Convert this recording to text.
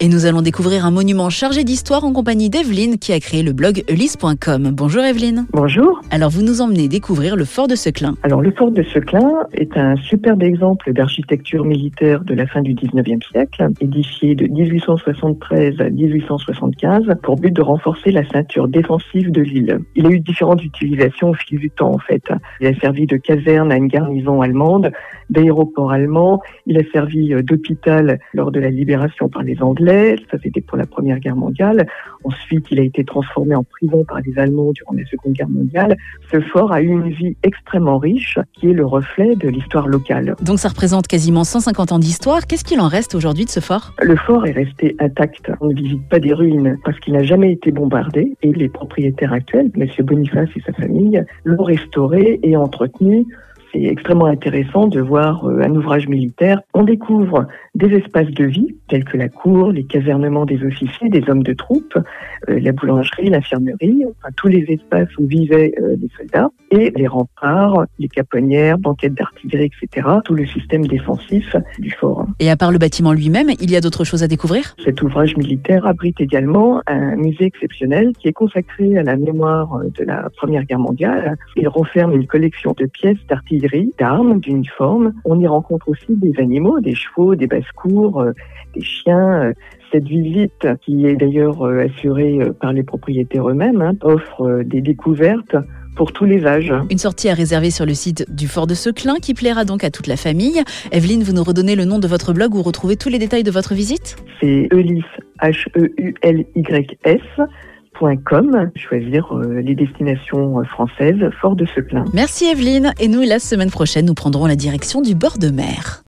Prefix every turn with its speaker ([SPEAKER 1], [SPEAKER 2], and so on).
[SPEAKER 1] Et nous allons découvrir un monument chargé d'histoire en compagnie d'Evelyne qui a créé le blog ulysse.com. Bonjour Evelyne.
[SPEAKER 2] Bonjour.
[SPEAKER 1] Alors vous nous emmenez découvre le fort de Seclin.
[SPEAKER 2] Alors le fort de Seclin est un superbe exemple d'architecture militaire de la fin du 19e siècle, édifié de 1873 à 1875 pour but de renforcer la ceinture défensive de l'île. Il a eu différentes utilisations au fil du temps en fait. Il a servi de caserne à une garnison allemande, d'aéroport allemand, il a servi d'hôpital lors de la libération par les Anglais, ça c'était pour la Première Guerre mondiale. Ensuite, il a été transformé en prison par les Allemands durant la Seconde Guerre mondiale. Ce fort a eu une vie extrêmement riche, qui est le reflet de l'histoire locale.
[SPEAKER 1] Donc ça représente quasiment 150 ans d'histoire. Qu'est-ce qu'il en reste aujourd'hui de ce fort ?
[SPEAKER 2] Le fort est resté intact. On ne visite pas des ruines parce qu'il n'a jamais été bombardé. Et les propriétaires actuels, M. Boniface et sa famille, l'ont restauré et entretenu. C'est extrêmement intéressant de voir un ouvrage militaire. On découvre des espaces de vie, tels que la cour, les casernements des officiers, des hommes de troupe, la boulangerie, l'infirmerie, enfin, tous les espaces où vivaient les soldats, et les remparts, les caponnières, banquettes d'artillerie, etc., tout le système défensif du fort.
[SPEAKER 1] Et à part le bâtiment lui-même, il y a d'autres choses à découvrir ?
[SPEAKER 2] Cet ouvrage militaire abrite également un musée exceptionnel qui est consacré à la mémoire de la Première Guerre mondiale. Il renferme une collection de pièces d'artillerie, d'armes, d'uniformes. On y rencontre aussi des animaux, des chevaux, des basses-cours, des chiens. Cette visite, qui est d'ailleurs assurée par les propriétaires eux-mêmes, offre des découvertes pour tous les âges.
[SPEAKER 1] Une sortie à réserver sur le site du fort de Seclin qui plaira donc à toute la famille. Evelyne, vous nous redonnez le nom de votre blog où retrouvez tous les détails de votre visite ?
[SPEAKER 2] C'est Ulysse, HEULYS.com, choisir les destinations françaises, fort de Seclin.
[SPEAKER 1] Merci Evelyne, et nous la semaine prochaine nous prendrons la direction du bord de mer.